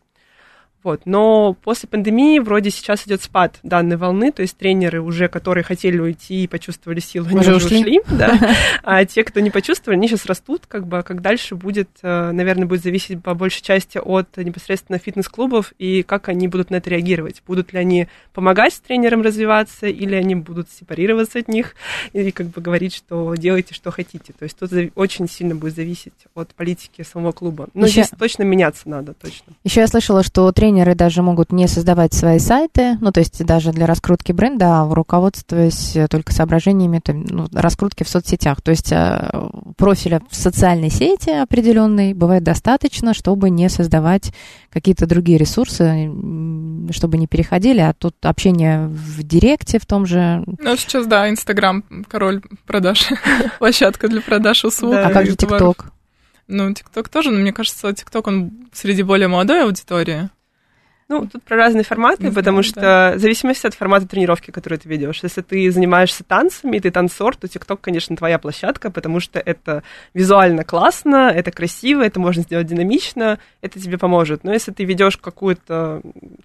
Но после пандемии вроде сейчас идет спад данной волны, то есть тренеры уже, которые хотели уйти и почувствовали силу, они уже ушли, да. А те, кто не почувствовали, они сейчас растут, как дальше будет, наверное, будет зависеть по большей части от непосредственно фитнес-клубов и как они будут на это реагировать. Будут ли они помогать тренерам развиваться, или они будут сепарироваться от них и говорить, что делайте, что хотите. То есть тут очень сильно будет зависеть от политики самого клуба. Но здесь точно меняться надо, точно. Еще я слышала, что тренеры даже могут не создавать свои сайты, то есть даже для раскрутки бренда, а руководствуясь только соображениями раскрутки в соцсетях. То есть профиля в социальной сети определенной бывает достаточно, чтобы не создавать какие-то другие ресурсы, чтобы не переходили, а тут общение в директе в том же... Сейчас, да, Инстаграм, король продаж, площадка для продаж услуг. А как же ТикТок? ТикТок тоже, но мне кажется, ТикТок, он среди более молодой аудитории. Тут про разные форматы, потому что в зависимости от формата тренировки, которую ты ведешь. Если ты занимаешься танцами, и ты танцор, то TikTok, конечно, твоя площадка, потому что это визуально классно, это красиво, это можно сделать динамично, это тебе поможет. Но если ты ведешь какую-то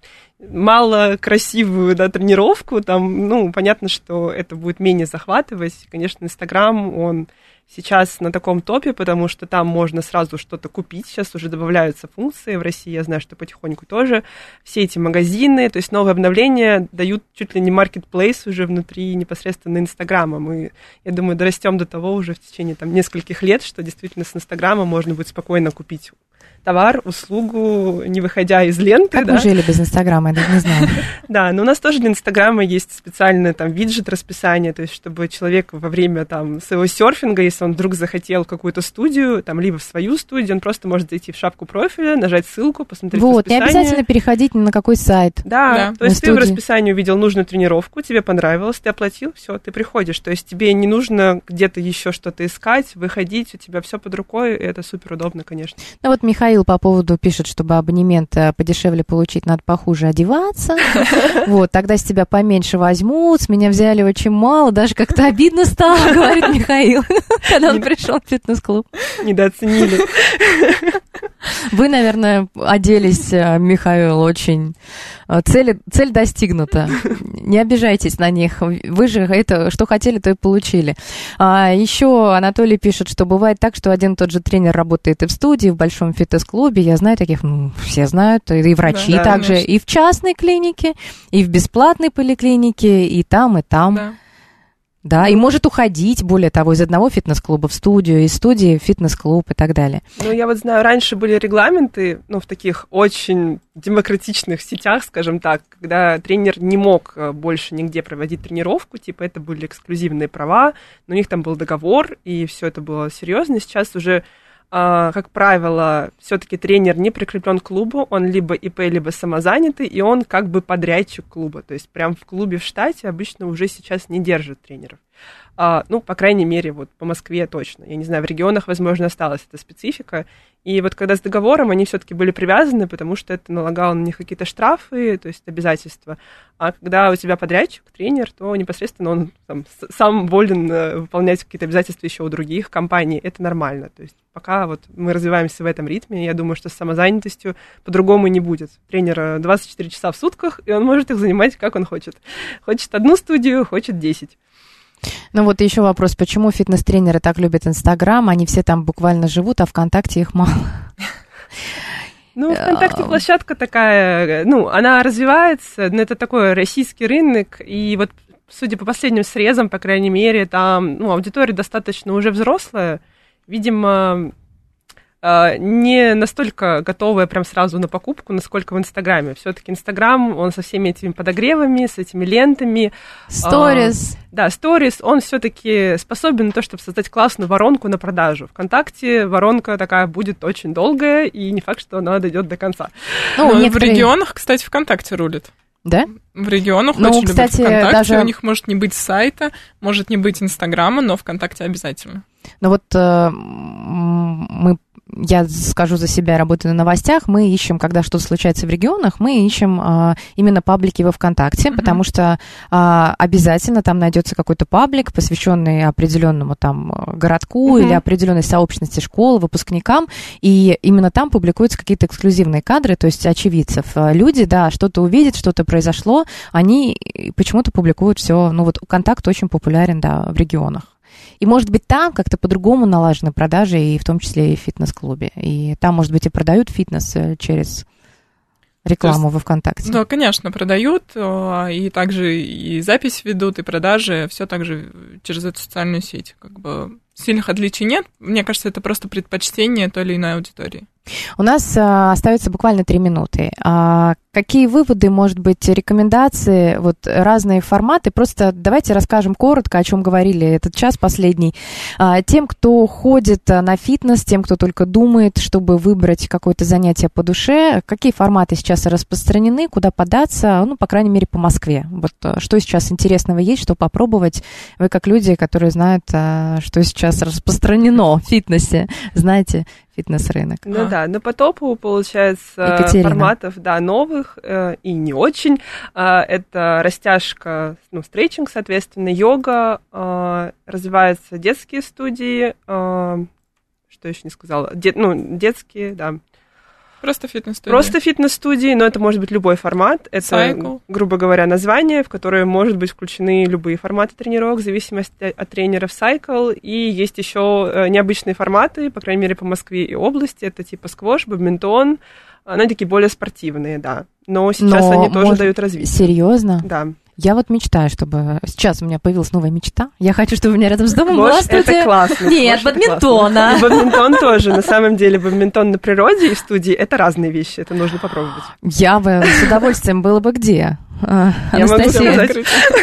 мало красивую тренировку, там, понятно, что это будет менее захватывать. Конечно, Инстаграм, он сейчас на таком топе, потому что там можно сразу что-то купить. Сейчас уже добавляются функции. В России я знаю, что потихоньку тоже. Все эти магазины, то есть новые обновления дают чуть ли не маркетплейс уже внутри непосредственно Инстаграма. Мы, я думаю, дорастем до того уже в течение нескольких лет, что действительно с Инстаграма можно будет спокойно купить товар, услугу, не выходя из ленты. Как мы жили без Инстаграма, я даже не знаю. Да, но у нас тоже для Инстаграма есть специальный виджет расписания, то есть чтобы человек во время своего серфинга, если он вдруг захотел какую-то студию, либо в свою студию, он просто может зайти в шапку профиля, нажать ссылку, посмотреть расписание. Не обязательно переходить ни на какой сайт. Да, то есть ты в расписании увидел нужную тренировку, тебе понравилось, ты оплатил, все, ты приходишь. То есть тебе не нужно где-то еще что-то искать, выходить, у тебя все под рукой, и это супер удобно, конечно. Михаил по поводу пишет, чтобы абонемент подешевле получить, надо похуже одеваться. Тогда с тебя поменьше возьмут, с меня взяли очень мало, даже как-то обидно стало, говорит Михаил, когда он пришел в фитнес-клуб. Недооценили. Вы, наверное, оделись, Михаил, очень... Цель достигнута. Не обижайтесь на них. Вы же это, что хотели, то и получили. Еще Анатолий пишет, что бывает так, что один и тот же тренер работает и в студии, и в большом фитнес-клубе. Я знаю таких, все знают, и врачи также, конечно. И в частной клинике, и в бесплатной поликлинике, и там, и там. Да. Да, и может уходить, более того, из одного фитнес-клуба в студию, из студии в фитнес-клуб и так далее. Я знаю, раньше были регламенты, в таких очень демократичных сетях, скажем так, когда тренер не мог больше нигде проводить тренировку, это были эксклюзивные права, но у них там был договор, и все это было серьезно. Сейчас уже, как правило, все-таки тренер не прикреплен к клубу, он либо ИП, либо самозанятый, и он подрядчик клуба, то есть прям в клубе в штате обычно уже сейчас не держат тренеров. По крайней мере, вот по Москве точно. Я не знаю, в регионах, возможно, осталась эта специфика. И вот когда с договором, они все-таки были привязаны, потому что это налагало на них какие-то штрафы, то есть обязательства. А когда у тебя подрядчик, тренер, то непосредственно он там сам волен выполнять какие-то обязательства еще у других компаний. Это нормально. То есть пока вот мы развиваемся в этом ритме, я думаю, что с самозанятостью по-другому не будет. Тренер 24 часа в сутках, и он может их занимать, как он хочет. Хочет одну студию, хочет 10. Ну вот еще вопрос, почему фитнес-тренеры так любят Инстаграм, они все там буквально живут, а ВКонтакте их мало? ВКонтакте площадка такая, она развивается, но это такой российский рынок, и вот, судя по последним срезам, по крайней мере, там, аудитория достаточно уже взрослая, видимо, не настолько готовая прям сразу на покупку, насколько в Инстаграме. Все-таки Инстаграм, он со всеми этими подогревами, с этими лентами. Сторис. Сторис, он все-таки способен на то, чтобы создать классную воронку на продажу. ВКонтакте воронка такая будет очень долгая, и не факт, что она дойдет до конца. В регионах, кстати, ВКонтакте рулит. Да? В регионах очень любят ВКонтакте. У них может не быть сайта, может не быть Инстаграма, но ВКонтакте обязательно. Я скажу за себя, работаю на новостях, мы ищем, когда что-то случается в регионах, мы ищем именно паблики во ВКонтакте, потому что обязательно там найдется какой-то паблик, посвященный определенному там городку или определенной сообщности школ, выпускникам, и именно там публикуются какие-то эксклюзивные кадры, то есть очевидцев. Люди, что-то увидят, что-то произошло, они почему-то публикуют все. ВКонтакт очень популярен, в регионах. И, может быть, там как-то по-другому налажены продажи, и в том числе и в фитнес-клубе. И там, может быть, и продают фитнес через рекламу во ВКонтакте. Да, конечно, продают, и также и запись ведут, и продажи, все также через эту социальную сеть. Сильных отличий нет. Мне кажется, это просто предпочтение той или иной аудитории. У нас остается буквально 3 минуты. Какие выводы, может быть, рекомендации, разные форматы? Просто давайте расскажем коротко, о чем говорили этот час последний. Тем, кто ходит на фитнес, тем, кто только думает, чтобы выбрать какое-то занятие по душе, какие форматы сейчас распространены, куда податься, по крайней мере, по Москве. Что сейчас интересного есть, что попробовать? Вы, как люди, которые знают, что сейчас распространено в фитнесе, знаете фитнес-рынок. По топу, получается, Екатерина. Форматов, новых и не очень. Это растяжка, стретчинг, соответственно, йога, развиваются детские студии, что еще не сказала, детские, Просто фитнес-студии. Просто фитнес-студии, но это может быть любой формат. Это, Cycle. грубо говоря, название, в которое может быть включены любые форматы тренировок, в зависимости от тренеров. Cycle. И есть еще необычные форматы, по крайней мере, по Москве и области. Это типа сквош, бадминтон. Они такие более спортивные, Но сейчас они тоже дают развитие. Серьезно? Да. Я мечтаю, чтобы... Сейчас у меня появилась новая мечта. Я хочу, чтобы у меня рядом с домом была студия... это классно. Нет, бадминтона. И бадминтон тоже. На самом деле, бадминтон на природе и в студии — это разные вещи. Это нужно попробовать. Я бы с удовольствием было бы где? Я могу сказать.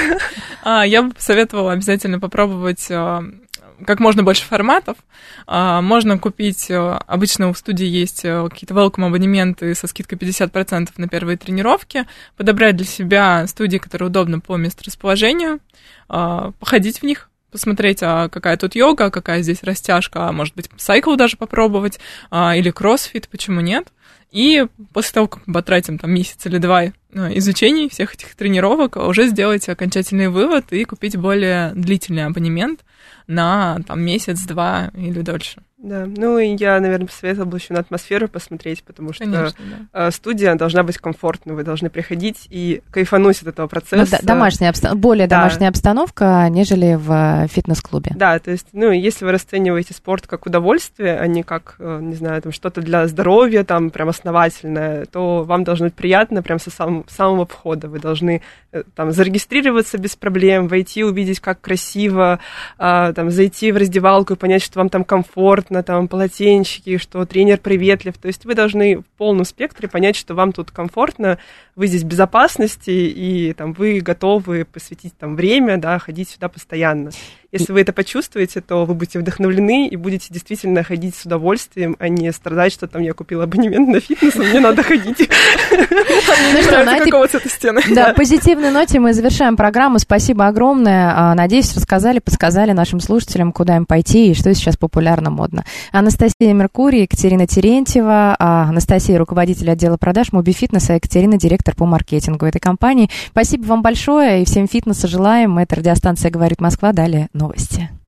Я бы посоветовала обязательно попробовать как можно больше форматов. Можно купить, обычно в студии есть какие-то welcome абонементы со скидкой 50% на первые тренировки, подобрать для себя студии, которые удобны по месторасположению, походить в них, посмотреть, какая тут йога, какая здесь растяжка, может быть, сайкл даже попробовать, или кроссфит, почему нет. И после того, как мы потратим месяц или 2 изучений всех этих тренировок, уже сделать окончательный вывод и купить более длительный абонемент на месяц-2 или дольше. Да, и я, наверное, посоветовала бы еще на атмосферу посмотреть, потому что студия должна быть комфортной, вы должны приходить и кайфануть от этого процесса. Более домашняя обстановка, нежели в фитнес-клубе. Да, то есть, если вы расцениваете спорт как удовольствие, а не как, не знаю, что-то для здоровья, прям основательное, то вам должно быть приятно прям со самого входа. Вы должны зарегистрироваться без проблем, войти, увидеть, как красиво, зайти в раздевалку и понять, что вам там комфортно, полотенчики, что тренер приветлив. То есть вы должны в полном спектре понять, что вам тут комфортно, вы здесь в безопасности, и вы готовы посвятить время, ходить сюда постоянно. Если вы это почувствуете, то вы будете вдохновлены и будете действительно ходить с удовольствием, а не страдать, что я купила абонемент на фитнес, а мне надо ходить. На этой какого цвета стены. Да, позитивной ноте мы завершаем программу. Спасибо огромное. Надеюсь, рассказали, подсказали нашим слушателям, куда им пойти и что сейчас популярно, модно. Анастасия Меркурий, Екатерина Терентьева, Анастасия, руководитель отдела продаж Моби Фитнес, а Екатерина, директор по маркетингу этой компании. Спасибо вам большое и всем фитнеса желаем. Это радиостанция «Говорит Москва». Далее новости.